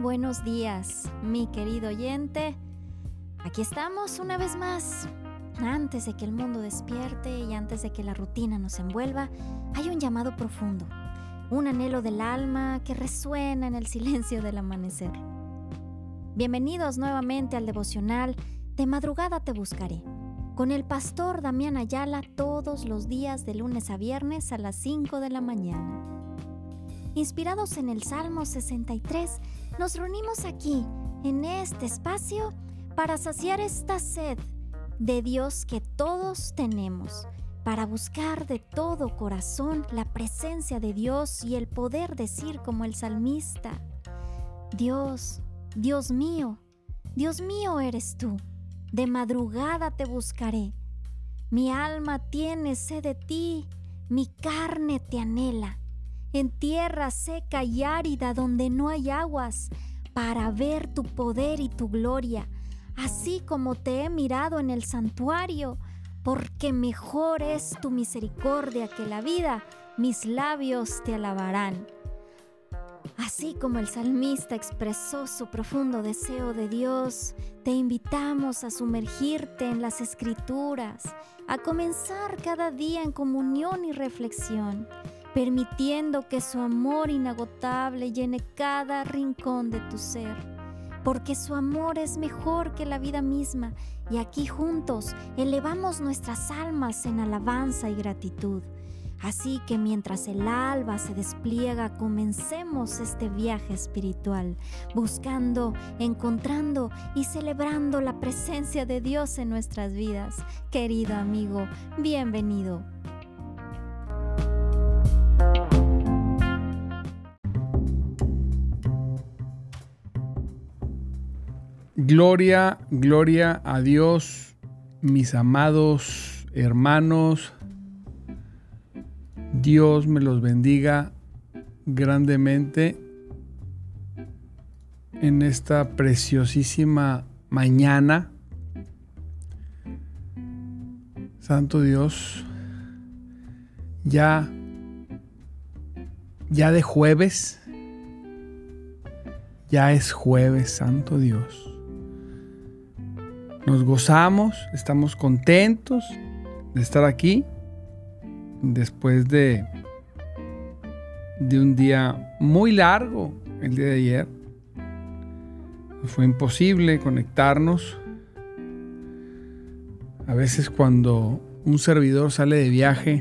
buenos días, mi querido oyente. Aquí estamos una vez más. Antes de que el mundo despierte y antes de que la rutina nos envuelva, hay un llamado profundo, un anhelo del alma que resuena en el silencio del amanecer. Bienvenidos nuevamente al devocional De Madrugada Te Buscaré, con el pastor Damián Ayala todos los días de lunes a viernes a las 5 de la mañana. Inspirados en el Salmo 63, nos reunimos aquí, en este espacio, para saciar esta sed de Dios que todos tenemos, para buscar de todo corazón la presencia de Dios y el poder decir como el salmista: Dios, Dios mío eres tú, de madrugada te buscaré. Mi alma tiene sed de ti, mi carne te anhela. En tierra seca y árida donde no hay aguas, para ver tu poder y tu gloria, así como te he mirado en el santuario, porque mejor es tu misericordia que la vida, mis labios te alabarán. Así como el salmista expresó su profundo deseo de Dios, te invitamos a sumergirte en las Escrituras, a comenzar cada día en comunión y reflexión, permitiendo que su amor inagotable llene cada rincón de tu ser, porque su amor es mejor que la vida misma, y aquí juntos elevamos nuestras almas en alabanza y gratitud. Así que mientras el alba se despliega, comencemos este viaje espiritual, buscando, encontrando y celebrando la presencia de Dios en nuestras vidas. Querido amigo, bienvenido. Gloria, gloria a Dios, mis amados hermanos. Dios me los bendiga grandemente en esta preciosísima mañana. Santo Dios, ya de jueves, ya es jueves, Santo Dios. Nos gozamos, estamos contentos de estar aquí después de un día muy largo el día de ayer. Fue imposible conectarnos. A veces cuando un servidor sale de viaje,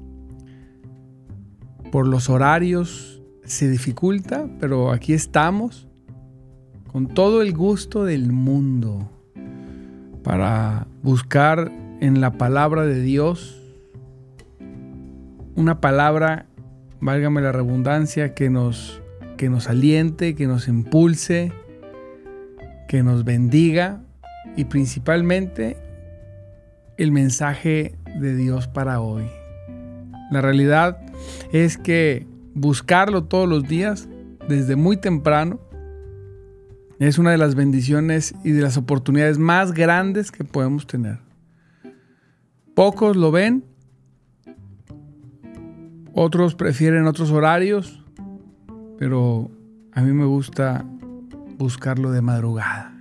por los horarios se dificulta, pero aquí estamos con todo el gusto del mundo para buscar en la palabra de Dios una palabra, válgame la redundancia, que nos aliente, que nos impulse, que nos bendiga, y principalmente el mensaje de Dios para hoy. La realidad es que buscarlo todos los días, desde muy temprano, es una de las bendiciones y de las oportunidades más grandes que podemos tener. Pocos lo ven, otros prefieren otros horarios, pero a mí me gusta buscarlo de madrugada.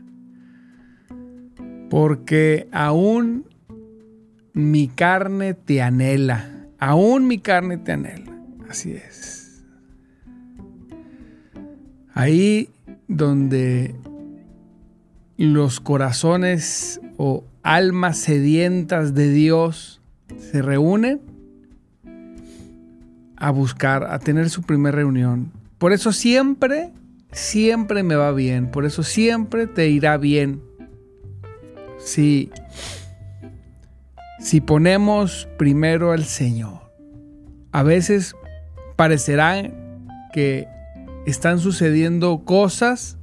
Porque aún mi carne te anhela, aún mi carne te anhela. Así es. Ahí donde los corazones o almas sedientas de Dios se reúnen a buscar, a tener su primera reunión. Por eso siempre me va bien. Por eso siempre te irá bien. Si ponemos primero al Señor. A veces parecerá que están sucediendo cosas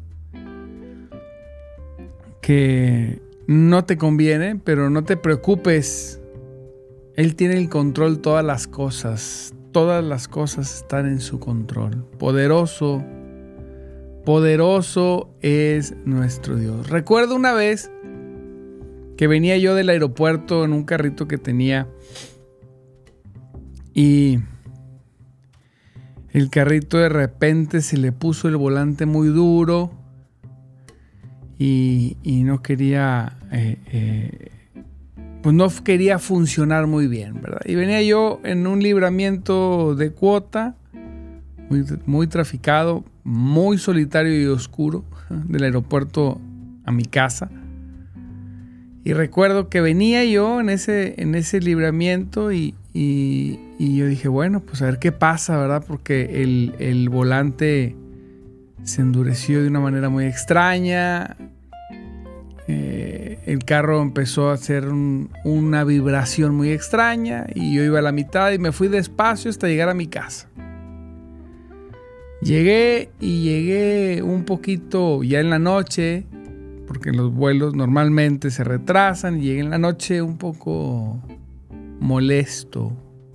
que no te convienen, pero no te preocupes. Él tiene el control de todas las cosas. Todas las cosas están en su control. Poderoso es nuestro Dios. Recuerdo una vez que venía yo del aeropuerto en un carrito que tenía, y el carrito de repente se le puso el volante muy duro y no quería, pues no quería funcionar muy bien, ¿verdad? Y venía yo en un libramiento de cuota, muy, muy traficado, muy solitario y oscuro, del aeropuerto a mi casa. Y recuerdo que venía yo en ese libramiento y yo dije, bueno, pues a ver qué pasa, ¿verdad? Porque el volante se endureció de una manera muy extraña. El carro empezó a hacer una vibración muy extraña y yo iba a la mitad y me fui despacio hasta llegar a mi casa. Llegué un poquito ya en la noche, porque los vuelos normalmente se retrasan, y llegué en la noche un poco molesto.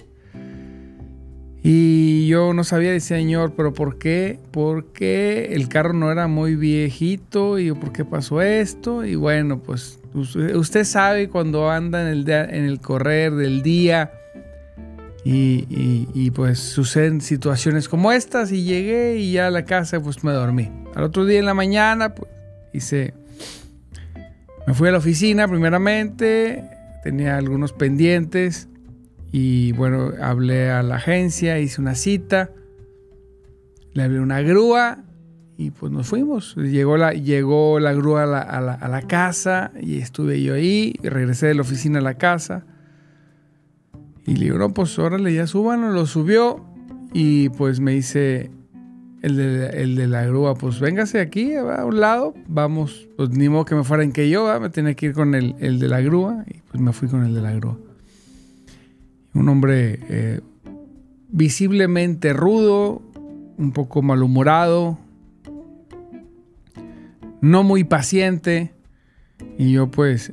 Y yo no sabía, decía, Señor, pero ¿por qué? Porque el carro no era muy viejito, y yo, ¿por qué pasó esto? Y bueno, pues usted sabe cuando anda en el correr del día y pues suceden situaciones como estas, y llegué y ya a la casa pues me dormí. Al otro día en la mañana pues me fui a la oficina primeramente, tenía algunos pendientes. Y bueno, hablé a la agencia, hice una cita, le hablé una grúa y pues nos fuimos. Llegó la grúa a la casa y estuve yo ahí, y regresé de la oficina a la casa. Y le digo, no, pues órale, ya súbanlo. Lo subió y pues me dice el de la grúa, pues véngase aquí a un lado, vamos. Pues ni modo que me fuera en que yo, me tenía que ir con el de la grúa, y pues me fui con el de la grúa. Un hombre visiblemente rudo, un poco malhumorado, no muy paciente. Y yo pues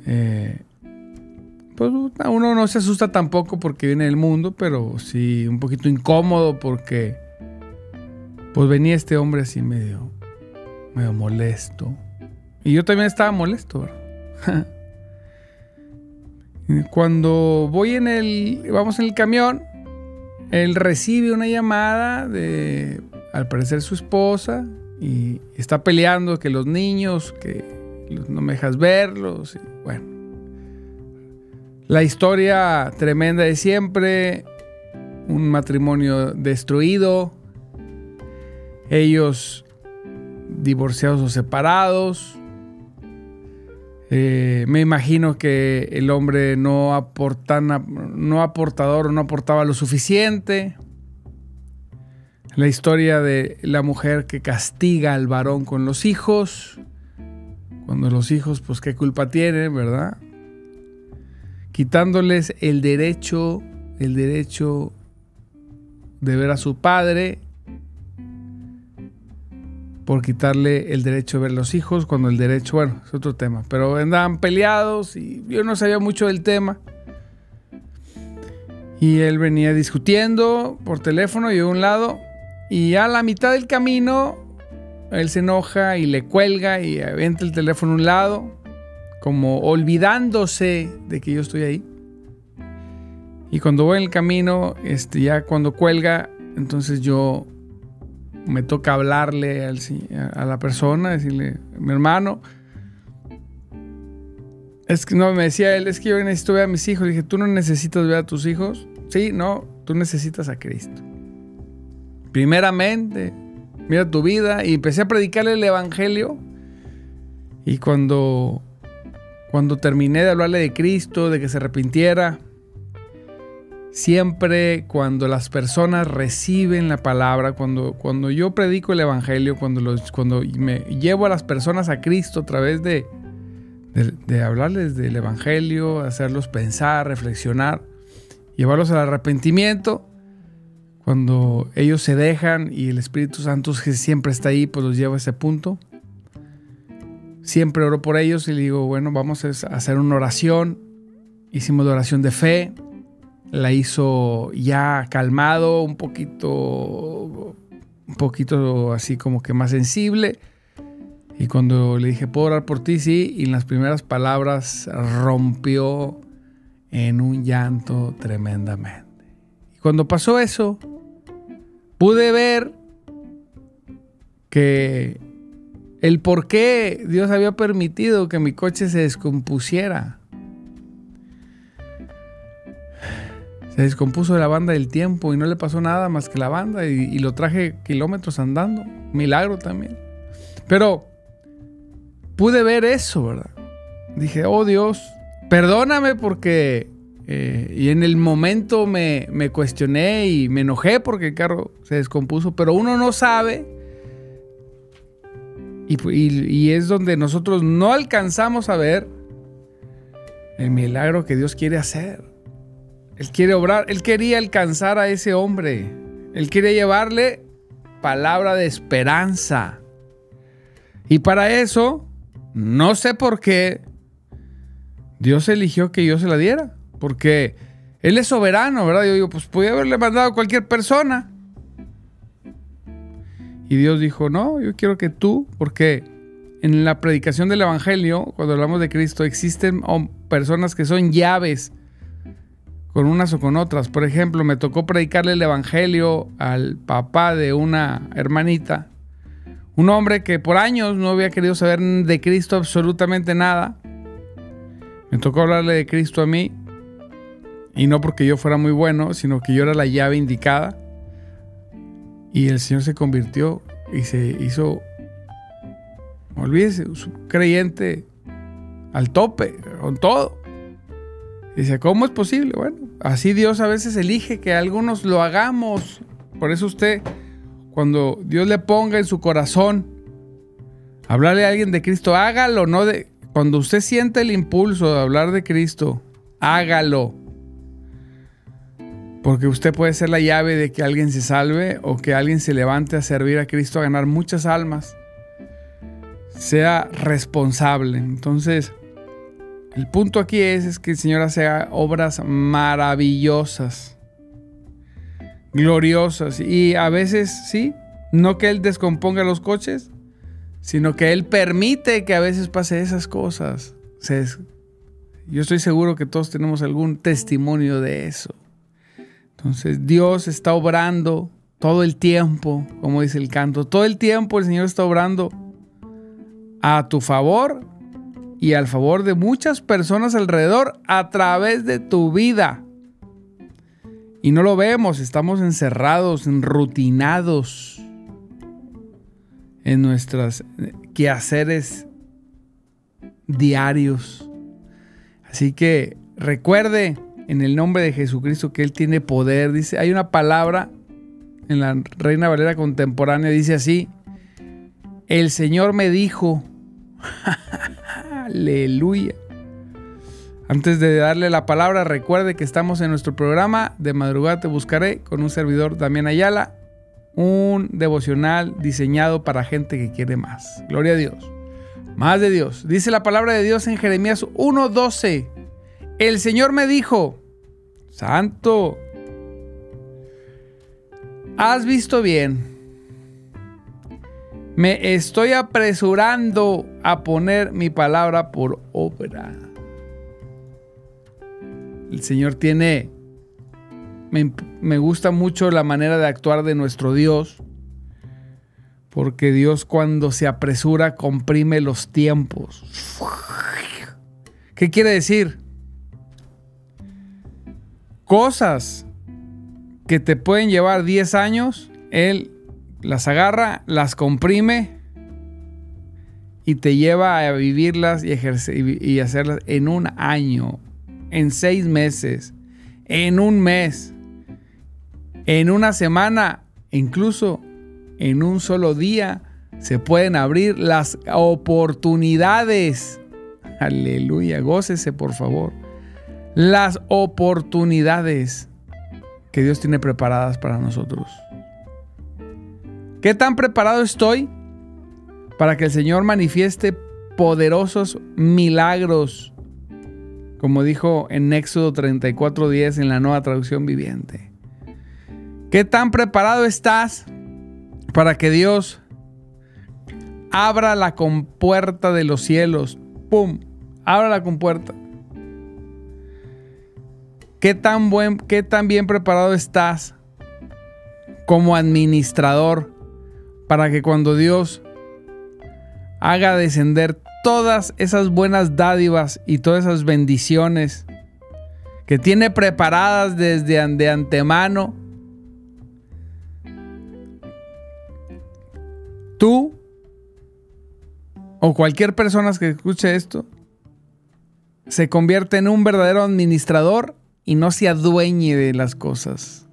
uno no se asusta tampoco porque viene del mundo, pero sí un poquito incómodo porque pues venía este hombre así medio molesto. Y yo también estaba molesto, ¿verdad? Cuando vamos en el camión, él recibe una llamada de, al parecer, su esposa, y está peleando que los niños, que no me dejas verlos, y bueno. La historia tremenda de siempre, un matrimonio destruido, ellos divorciados o separados. Me imagino que el hombre no aportaba lo suficiente. La historia de la mujer que castiga al varón con los hijos, cuando los hijos, pues qué culpa tienen, ¿verdad? Quitándoles el derecho de ver a su padre, por quitarle el derecho de ver a los hijos, cuando el derecho, bueno, es otro tema, pero andaban peleados y yo no sabía mucho del tema. Y él venía discutiendo por teléfono, yo a un lado, y a la mitad del camino él se enoja y le cuelga y avienta el teléfono a un lado, como olvidándose de que yo estoy ahí. Y cuando voy en el camino, ya cuando cuelga, entonces yo me toca hablarle a la persona, decirle, mi hermano, es que no, me decía él, es que yo necesito ver a mis hijos. Dije, ¿tú no necesitas ver a tus hijos? Sí, no, tú necesitas a Cristo. Primeramente, mira tu vida. Y empecé a predicarle el evangelio. Y cuando terminé de hablarle de Cristo, de que se arrepintiera, siempre cuando las personas reciben la palabra, cuando yo predico el evangelio, cuando me llevo a las personas a Cristo a través de hablarles del evangelio, hacerlos pensar, reflexionar, llevarlos al arrepentimiento, cuando ellos se dejan y el Espíritu Santo que siempre está ahí, pues los llevo a ese punto. Siempre oro por ellos y le digo, bueno, vamos a hacer una oración. Hicimos la oración de fe. La hizo ya calmado, un poquito así como que más sensible. Y cuando le dije, ¿puedo orar por ti? Sí. Y en las primeras palabras rompió en un llanto tremendamente. Y cuando pasó eso, pude ver que el por qué Dios había permitido que mi coche se descompusiera. Se descompuso de la banda del tiempo y no le pasó nada más que la banda y lo traje kilómetros andando. Milagro también. Pero pude ver eso, ¿verdad? Dije, oh Dios, perdóname porque... y en el momento me cuestioné y me enojé porque el carro se descompuso. Pero uno no sabe y es donde nosotros no alcanzamos a ver el milagro que Dios quiere hacer. Él quiere obrar, Él quería alcanzar a ese hombre. Él quería llevarle palabra de esperanza. Y para eso, no sé por qué, Dios eligió que yo se la diera. Porque Él es soberano, ¿verdad? Yo digo, pues podía haberle mandado a cualquier persona. Y Dios dijo, no, yo quiero que tú, porque en la predicación del Evangelio, cuando hablamos de Cristo, existen personas que son llaves con unas o con otras. Por ejemplo, me tocó predicarle el Evangelio al papá de una hermanita, un hombre que por años no había querido saber de Cristo absolutamente nada. Me tocó hablarle de Cristo a mí, y no porque yo fuera muy bueno, sino que yo era la llave indicada. Y el Señor se convirtió y se hizo, olvídese, un creyente al tope, con todo. Dice, ¿cómo es posible? Bueno, así Dios a veces elige que algunos lo hagamos. Por eso usted, cuando Dios le ponga en su corazón hablarle a alguien de Cristo, hágalo. Cuando usted siente el impulso de hablar de Cristo, hágalo. Porque usted puede ser la llave de que alguien se salve o que alguien se levante a servir a Cristo, a ganar muchas almas. Sea responsable. Entonces, el punto aquí es que el Señor hace obras maravillosas, gloriosas. Y a veces, sí, no que Él descomponga los coches, sino que Él permite que a veces pase esas cosas. Yo estoy seguro que todos tenemos algún testimonio de eso. Entonces Dios está obrando todo el tiempo, como dice el canto. Todo el tiempo el Señor está obrando a tu favor y al favor de muchas personas alrededor a través de tu vida. Y no lo vemos, estamos encerrados, enrutinados en nuestros quehaceres diarios. Así que recuerde en el nombre de Jesucristo que Él tiene poder. Dice, hay una palabra en la Reina Valera contemporánea, dice así: el Señor me dijo. Aleluya. Antes de darle la palabra, recuerde que estamos en nuestro programa De Madrugada Te Buscaré con un servidor, Damián Ayala, un devocional diseñado para gente que quiere más. Gloria a Dios. Más de Dios. Dice la palabra de Dios en Jeremías 1:12. El Señor me dijo, Santo, has visto bien. Me estoy apresurando a poner mi palabra por obra. El Señor tiene... Me gusta mucho la manera de actuar de nuestro Dios, porque Dios cuando se apresura comprime los tiempos. ¿Qué quiere decir? Cosas que te pueden llevar 10 años, Él las agarra, las comprime y te lleva a vivirlas y hacerlas en un año, en 6 meses, en un mes, en una semana, incluso en un solo día se pueden abrir las oportunidades. Aleluya, gócese por favor. Las oportunidades que Dios tiene preparadas para nosotros. ¿Qué tan preparado estoy para que el Señor manifieste poderosos milagros? Como dijo en Éxodo 34:10 en la Nueva Traducción Viviente. ¿Qué tan preparado estás para que Dios abra la compuerta de los cielos? ¡Pum! Abra la compuerta. ¿Qué tan bien preparado estás como administrador para que cuando Dios haga descender todas esas buenas dádivas y todas esas bendiciones que tiene preparadas desde de antemano. Tú o cualquier persona que escuche esto se convierte en un verdadero administrador y no se adueñe de las cosas,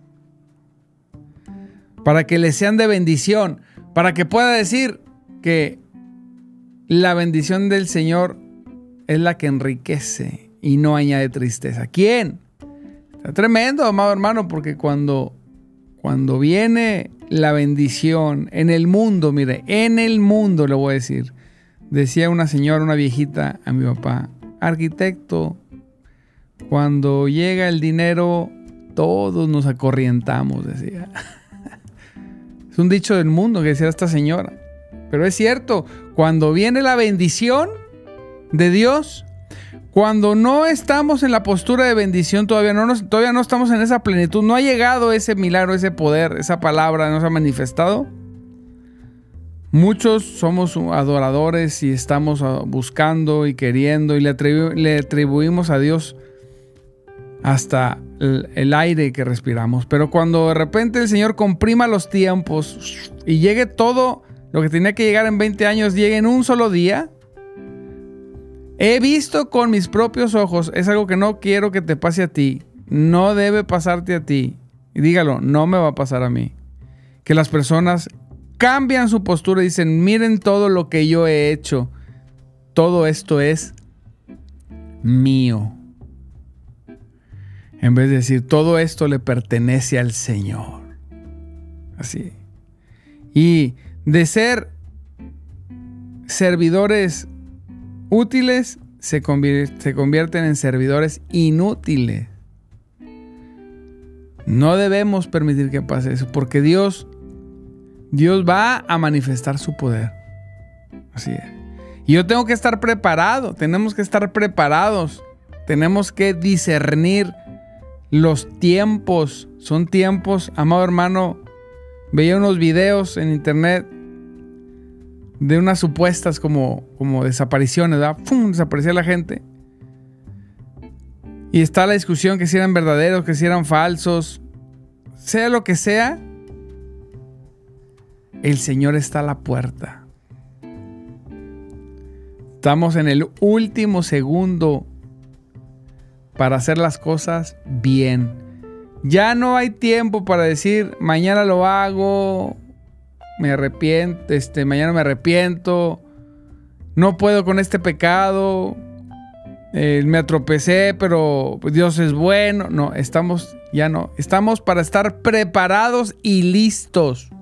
para que le sean de bendición, para que pueda decir que la bendición del Señor es la que enriquece y no añade tristeza. ¿Quién? Está tremendo, amado hermano, porque cuando viene la bendición en el mundo, mire, en el mundo le voy a decir, decía una señora, una viejita a mi papá, arquitecto, cuando llega el dinero, todos nos acorrientamos, decía. Es un dicho del mundo que decía esta señora. Pero es cierto, cuando viene la bendición de Dios, cuando no estamos en la postura de bendición, todavía no estamos en esa plenitud, no ha llegado ese milagro, ese poder, esa palabra no se ha manifestado. Muchos somos adoradores y estamos buscando y queriendo y le atribuimos a Dios hasta el aire que respiramos. Pero cuando de repente el Señor comprima los tiempos y llegue todo lo que tenía que llegar en 20 años, llegue en un solo día, he visto con mis propios ojos, es algo que no quiero que te pase a ti, no debe pasarte a ti, y dígalo, no me va a pasar a mí, que las personas cambian su postura y dicen, miren todo lo que yo he hecho, todo esto es mío, en vez de decir, todo esto le pertenece al Señor. Así. Y de ser servidores útiles, se convierten en servidores inútiles. No debemos permitir que pase eso, porque Dios va a manifestar su poder. Así es. Y yo tengo que estar preparado, tenemos que estar preparados, tenemos que discernir los tiempos. Son tiempos, amado hermano. Veía unos videos en internet de unas supuestas como desapariciones, ¿verdad? ¡Fum! Desaparecía la gente. Y está la discusión que si eran verdaderos, que si eran falsos. Sea lo que sea, el Señor está a la puerta. Estamos en el último segundo para hacer las cosas bien. Ya no hay tiempo para decir, mañana lo hago, me arrepiento, mañana me arrepiento, no puedo con este pecado, me tropecé, pero Dios es bueno. No, estamos para estar preparados y listos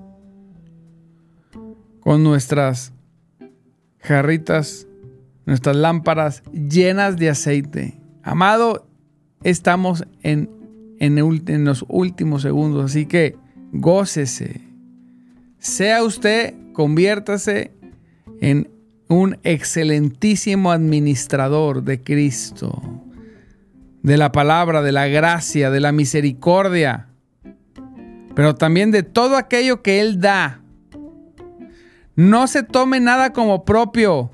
con nuestras jarritas, nuestras lámparas llenas de aceite. Amado, estamos en los últimos segundos, así que gócese. Sea usted, conviértase en un excelentísimo administrador de Cristo, de la palabra, de la gracia, de la misericordia, pero también de todo aquello que Él da. No se tome nada como propio.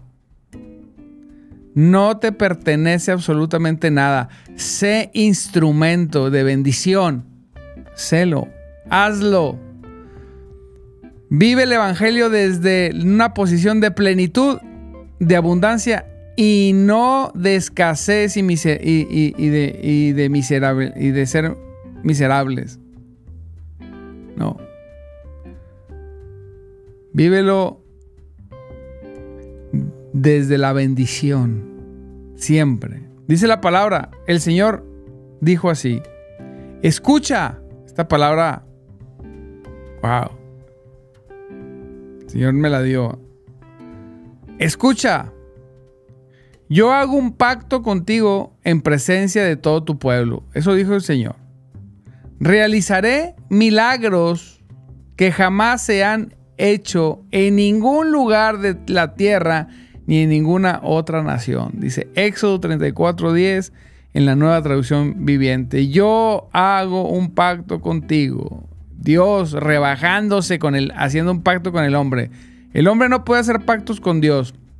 No te pertenece absolutamente nada. Sé instrumento de bendición. Sélo. Hazlo. Vive el evangelio desde una posición de plenitud, de abundancia y no de escasez y de ser miserables. No. Vívelo desde la bendición, siempre. Dice la palabra, el Señor dijo así, escucha, esta palabra, wow, el Señor me la dio. Escucha, yo hago un pacto contigo en presencia de todo tu pueblo. Eso dijo el Señor. Realizaré milagros que jamás se han hecho en ningún lugar de la tierra ni en ninguna otra nación. Dice Éxodo 34:10 en la Nueva Traducción Viviente. Yo hago un pacto contigo. Dios rebajándose con él, haciendo un pacto con el hombre. El hombre no puede hacer pactos con Dios.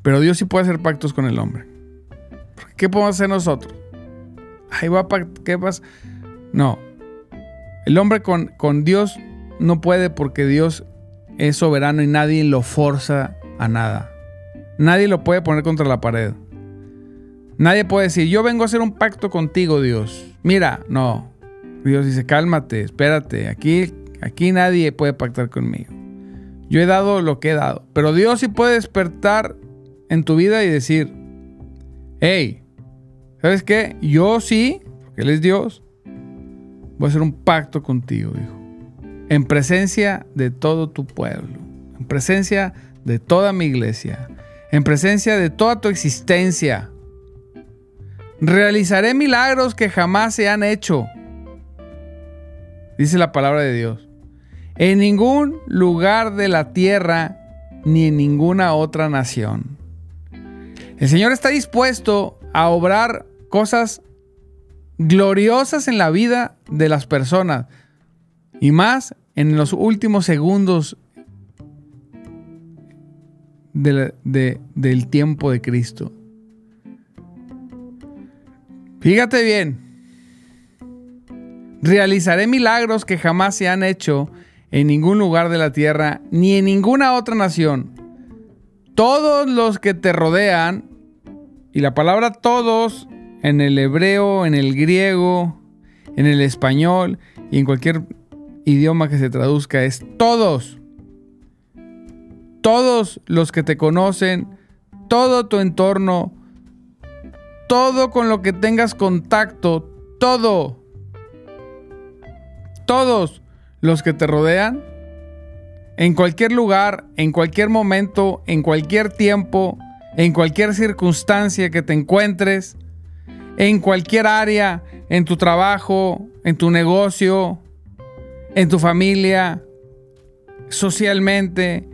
Pero Dios sí puede hacer pactos con el hombre. ¿Qué podemos hacer nosotros? ¿Qué pasa? No. El hombre con Dios no puede, porque Dios es soberano y nadie lo forza a nada. Nadie lo puede poner contra la pared. Nadie puede decir, yo vengo a hacer un pacto contigo, Dios. Mira, no. Dios dice, cálmate, espérate. Aquí nadie puede pactar conmigo. Yo he dado lo que he dado. Pero Dios sí puede despertar en tu vida y decir, hey, ¿sabes qué? Yo sí, porque Él es Dios, voy a hacer un pacto contigo, hijo. En presencia de todo tu pueblo. En presencia de toda mi iglesia. En presencia de toda tu existencia. Realizaré milagros que jamás se han hecho. Dice la palabra de Dios. En ningún lugar de la tierra ni en ninguna otra nación. El Señor está dispuesto a obrar cosas gloriosas en la vida de las personas. Y más en los últimos segundos del tiempo de Cristo. Fíjate bien. Realizaré milagros que jamás se han hecho en ningún lugar de la tierra, ni en ninguna otra nación. Todos los que te rodean, y la palabra todos en el hebreo, en el griego, en el español y en cualquier idioma que se traduzca es todos. Todos los que te conocen, todo tu entorno, todo con lo que tengas contacto, todo. Todos los que te rodean, en cualquier lugar, en cualquier momento, en cualquier tiempo, en cualquier circunstancia que te encuentres, en cualquier área, en tu trabajo, en tu negocio, en tu familia, socialmente,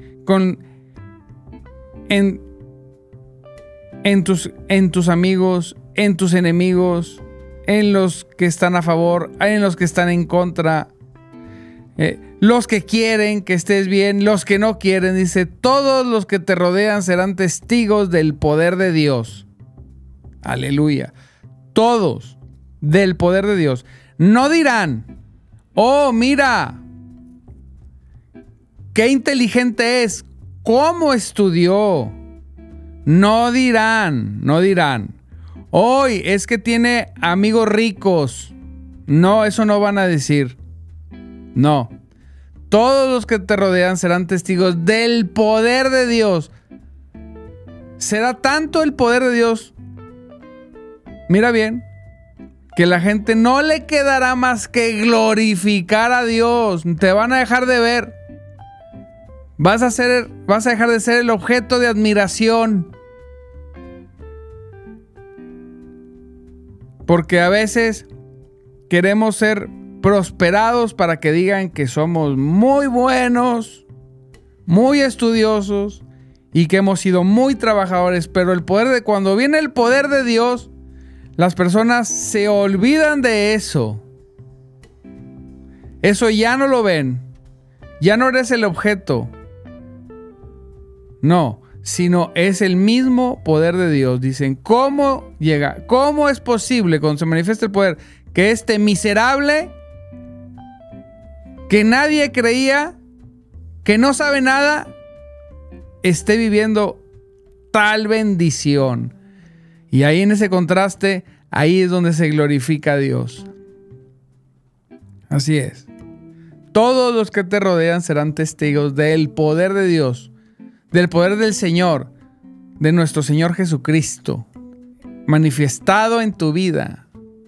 en tus amigos, en tus enemigos, en los que están a favor, en los que están en contra, los que quieren que estés bien, los que no quieren. Dice, todos los que te rodean serán testigos del poder de Dios. Aleluya. Todos del poder de Dios. No dirán, oh, mira, qué inteligente es, cómo estudió. No dirán. Hoy es que tiene amigos ricos. No, eso no van a decir. No. Todos los que te rodean serán testigos del poder de Dios. Será tanto el poder de Dios, mira bien, que la gente no le quedará más que glorificar a Dios. Te van a dejar de ver. Vas a dejar de ser el objeto de admiración. Porque a veces queremos ser prosperados para que digan que somos muy buenos, muy estudiosos y que hemos sido muy trabajadores. Pero cuando viene el poder de Dios, las personas se olvidan de eso. Eso ya no lo ven. Ya no eres el objeto. No, sino es el mismo poder de Dios. Dicen, ¿cómo llega? ¿Cómo es posible cuando se manifiesta el poder que este miserable, que nadie creía, que no sabe nada, esté viviendo tal bendición? Y ahí en ese contraste, ahí es donde se glorifica a Dios. Así es. Todos los que te rodean serán testigos del poder de Dios, del poder del Señor, de nuestro Señor Jesucristo, manifestado en tu vida.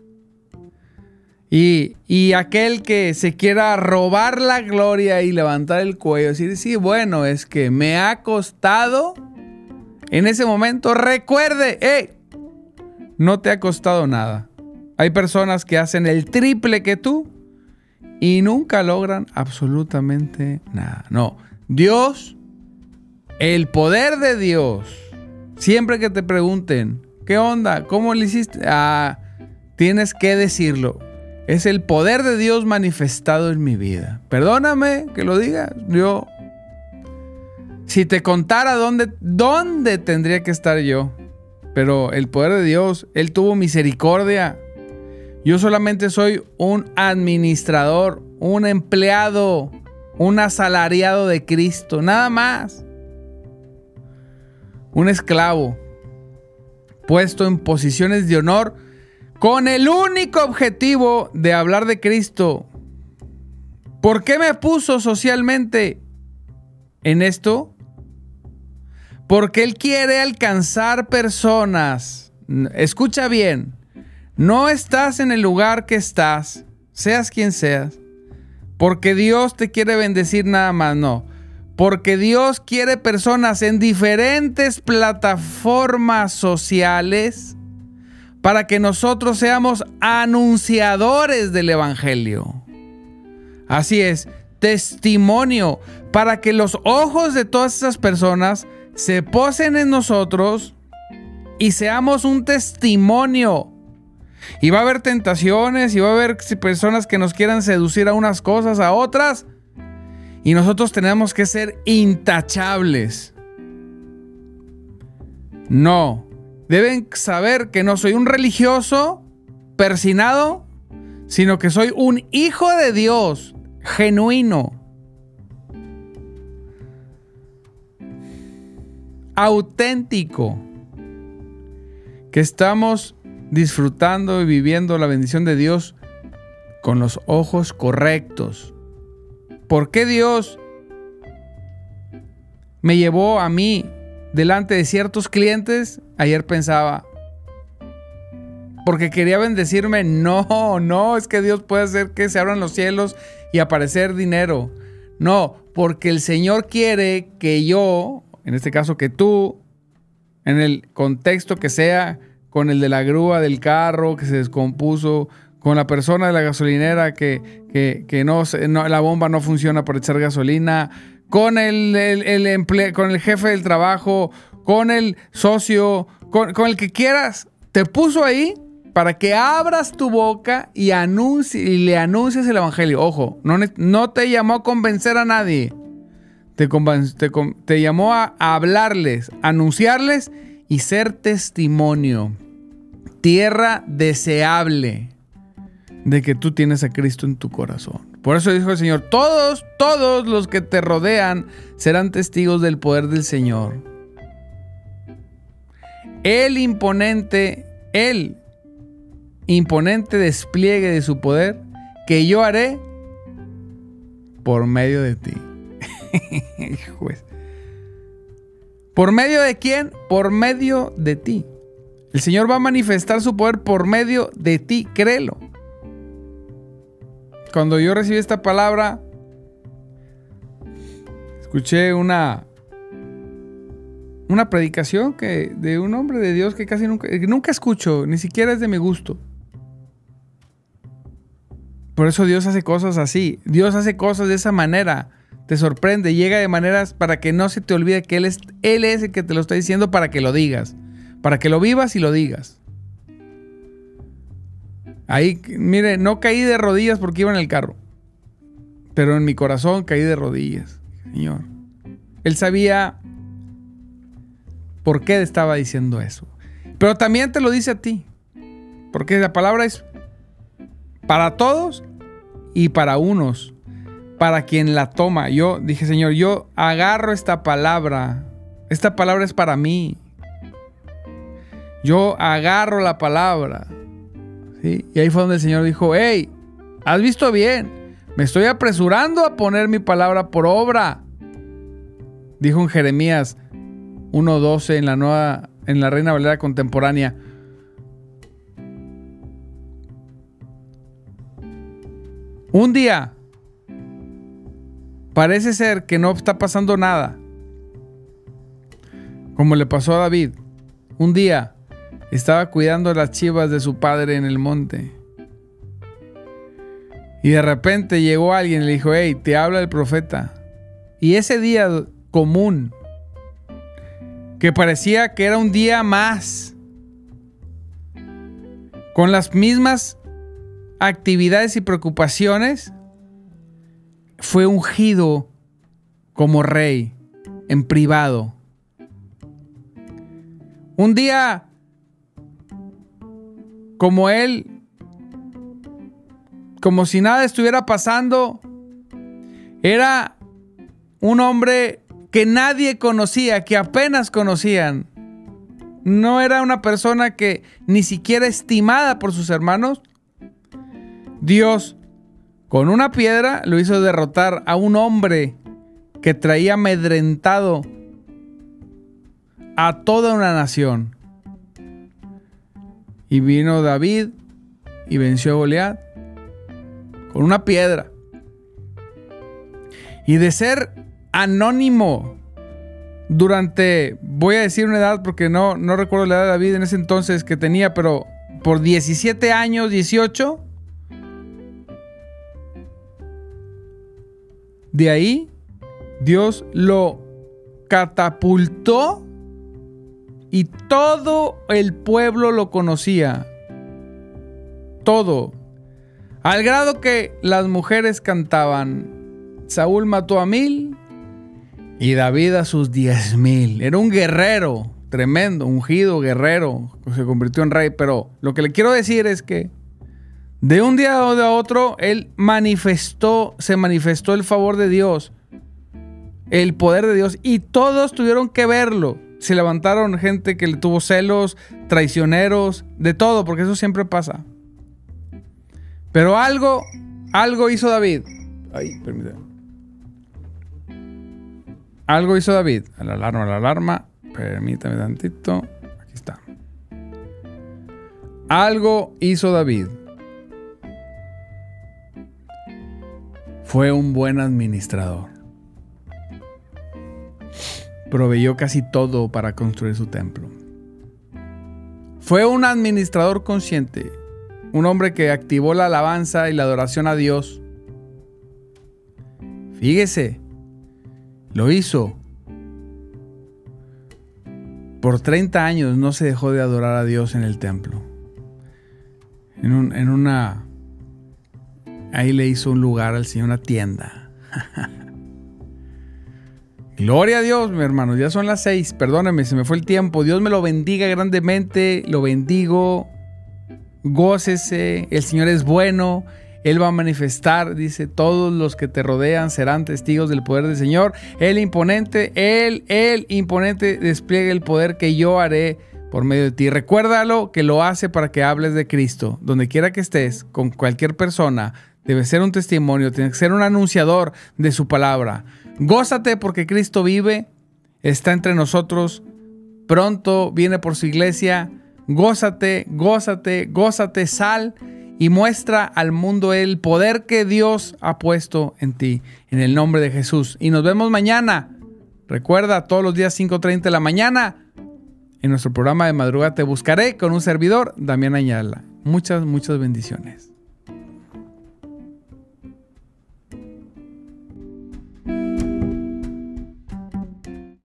Y aquel que se quiera robar la gloria y levantar el cuello, decir, sí, bueno, es que me ha costado, en ese momento recuerde, no te ha costado nada. Hay personas que hacen el triple que tú y nunca logran absolutamente nada. No, Dios, el poder de Dios, siempre que te pregunten, ¿qué onda? ¿Cómo le hiciste? Tienes que decirlo. Es el poder de Dios manifestado en mi vida. Perdóname que lo diga. Si te contara dónde tendría que estar yo. Pero el poder de Dios, Él tuvo misericordia. Yo solamente soy un administrador, un empleado, un asalariado de Cristo, nada más. Un esclavo puesto en posiciones de honor con el único objetivo de hablar de Cristo. ¿Por qué me puso socialmente en esto? Porque Él quiere alcanzar personas. Escucha bien, no estás en el lugar que estás, seas quien seas, porque Dios te quiere bendecir nada más, no. Porque Dios quiere personas en diferentes plataformas sociales para que nosotros seamos anunciadores del Evangelio. Así es, testimonio, para que los ojos de todas esas personas se posen en nosotros y seamos un testimonio. Y va a haber tentaciones y va a haber personas que nos quieran seducir a unas cosas, a otras. Y nosotros tenemos que ser intachables. No, deben saber que no soy un religioso persinado, sino que soy un hijo de Dios genuino, auténtico, que estamos disfrutando y viviendo la bendición de Dios con los ojos correctos. ¿Por qué Dios me llevó a mí delante de ciertos clientes? Ayer pensaba, ¿porque quería bendecirme? No, es que Dios puede hacer que se abran los cielos y aparecer dinero. No, porque el Señor quiere que yo, en este caso que tú, en el contexto que sea, con el de la grúa del carro que se descompuso, con la persona de la gasolinera que no, la bomba no funciona por echar gasolina, con con el jefe del trabajo, con el socio, con el que quieras, te puso ahí para que abras tu boca y le anuncies el evangelio. Ojo, no te llamó a convencer a nadie. Te llamó a hablarles, anunciarles y ser testimonio. Tierra deseable de que tú tienes a Cristo en tu corazón. Por eso dijo el Señor, todos los que te rodean serán testigos del poder del Señor. El imponente despliegue de su poder que yo haré por medio de ti. ¿Por medio de quién? Por medio de ti. El Señor va a manifestar su poder por medio de ti, créelo. Cuando yo recibí esta palabra, escuché una predicación de un hombre de Dios que casi nunca escucho, ni siquiera es de mi gusto. Por eso Dios hace cosas así. Dios hace cosas de esa manera. Te sorprende, llega de maneras para que no se te olvide que Él es el que te lo está diciendo, para que lo digas, para que lo vivas y lo digas. Ahí, mire, no caí de rodillas porque iba en el carro, pero en mi corazón caí de rodillas, Señor. Él sabía por qué estaba diciendo eso. Pero también te lo dice a ti, porque la palabra es para todos y para unos, para quien la toma. Yo dije, Señor, yo agarro esta palabra es para mí. Yo agarro la palabra. ¿Sí? Y ahí fue donde el Señor dijo, hey, ¿has visto bien? Me estoy apresurando a poner mi palabra por obra. Dijo en Jeremías 1:12 en la Reina Valera contemporánea. Un día parece ser que no está pasando nada, como le pasó a David. Un día estaba cuidando las chivas de su padre en el monte. Y de repente llegó alguien y le dijo, hey, te habla el profeta. Y ese día común, que parecía que era un día más, con las mismas actividades y preocupaciones, fue ungido como rey en privado. Un día, como si nada estuviera pasando, era un hombre que nadie conocía, que apenas conocían. No era una persona que ni siquiera estimada por sus hermanos. Dios, con una piedra, lo hizo derrotar a un hombre que traía amedrentado a toda una nación. Y vino David y venció a Goliat con una piedra. Y de ser anónimo durante, voy a decir una edad porque no recuerdo la edad de David en ese entonces que tenía, pero por 17 años, 18, de ahí Dios lo catapultó y todo el pueblo lo conocía. Todo. Al grado que las mujeres cantaban: Saúl mató a 1000 y David a sus 10,000. Era un guerrero tremendo, ungido guerrero. Se convirtió en rey. Pero lo que le quiero decir es que de un día a otro él se manifestó el favor de Dios, el poder de Dios, y todos tuvieron que verlo. Se levantaron gente que le tuvo celos, traicioneros, de todo, porque eso siempre pasa. Pero algo hizo David. Ay, permítame. Algo hizo David. A la alarma. Permítame tantito. Aquí está. Algo hizo David. Fue un buen administrador. Proveyó casi todo para construir su templo. Fue un administrador consciente. Un hombre que activó la alabanza y la adoración a Dios. Fíjese, lo hizo. Por 30 años no se dejó de adorar a Dios en el templo. Ahí le hizo un lugar al Señor, una tienda. Gloria a Dios, mi hermano. Ya son las 6. Perdóneme, se me fue el tiempo. Dios me lo bendiga grandemente. Lo bendigo. Gócese. El Señor es bueno. Él va a manifestar. Dice: todos los que te rodean serán testigos del poder del Señor. El imponente despliega el poder que yo haré por medio de ti. Recuérdalo que lo hace para que hables de Cristo. Donde quiera que estés, con cualquier persona, debe ser un testimonio. Tiene que ser un anunciador de su palabra. Gózate porque Cristo vive, está entre nosotros, pronto viene por su iglesia. Gózate, gózate, gózate, sal y muestra al mundo el poder que Dios ha puesto en ti, en el nombre de Jesús. Y nos vemos mañana. Recuerda, todos los días 5:30 de la mañana, en nuestro programa de madrugada Te Buscaré, con un servidor, Damián Añala. Muchas bendiciones.